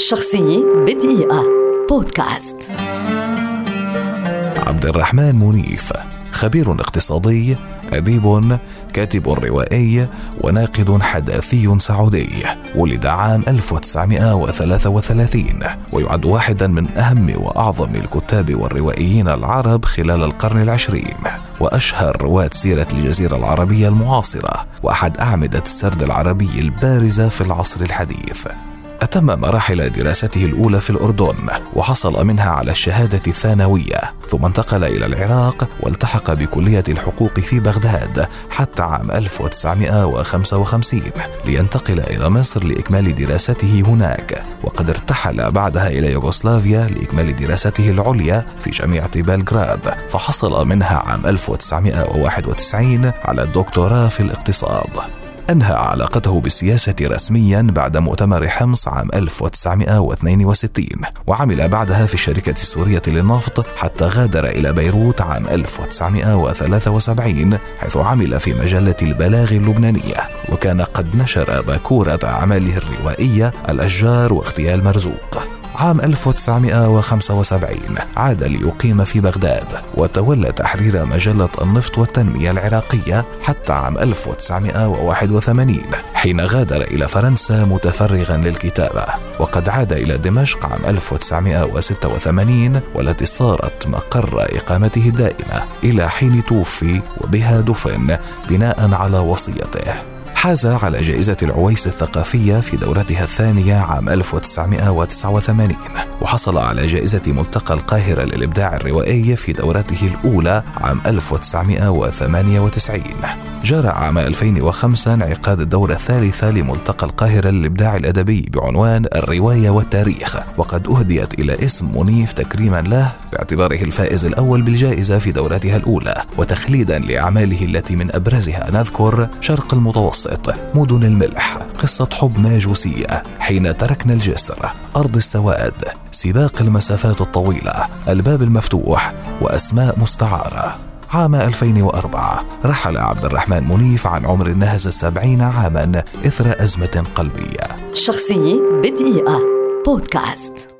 شخصية بدقيقة بودكاست. عبد الرحمن منيف خبير اقتصادي، أديب، كاتب روائي وناقد حداثي سعودي. ولد عام 1933 ويعد واحدا من أهم وأعظم الكتاب والروائيين العرب خلال القرن العشرين، وأشهر رواة سيرة الجزيرة العربية المعاصرة، وأحد أعمدة السرد العربي البارزة في العصر الحديث. أتم مراحل دراسته الأولى في الأردن وحصل منها على الشهادة الثانوية، ثم انتقل إلى العراق والتحق بكلية الحقوق في بغداد حتى عام 1955 لينتقل إلى مصر لإكمال دراسته هناك، وقد ارتحل بعدها إلى يوغوسلافيا لإكمال دراسته العليا في جامعة بلغراد، فحصل منها عام 1991 على الدكتوراه في الاقتصاد. أنهى علاقته بالسياسة رسميا بعد مؤتمر حمص عام 1962، وعمل بعدها في الشركة السورية للنفط حتى غادر إلى بيروت عام 1973، حيث عمل في مجلة البلاغ اللبنانية، وكان قد نشر باكورة أعماله الروائية الأشجار واغتيال مرزوق. عام 1975 عاد ليقيم في بغداد وتولى تحرير مجلة النفط والتنمية العراقية حتى عام 1981 حين غادر إلى فرنسا متفرغا للكتابة، وقد عاد إلى دمشق عام 1986 والتي صارت مقر إقامته الدائمة إلى حين توفي، وبها دفن بناء على وصيته. حاز على جائزة العويس الثقافية في دورتها الثانية عام 1989، وحصل على جائزة ملتقى القاهرة للإبداع الروائي في دورته الأولى عام 1998. جرى عام 2005 انعقاد الدورة الثالثة لملتقى القاهرة للإبداع الأدبي بعنوان الرواية والتاريخ، وقد أهديت إلى اسم منيف تكريما له باعتباره الفائز الأول بالجائزة في دورتها الأولى، وتخليدا لأعماله التي من أبرزها نذكر شرق المتوسط، مدن الملح، قصة حب ماجوسية، حين تركنا الجسر، أرض السواد، سباق المسافات الطويلة، الباب المفتوح، وأسماء مستعارة. عام 2004 رحل عبد الرحمن منيف عن عمر ناهز 70 عاما إثر أزمة قلبية. شخصية بدقيقة بودكاست.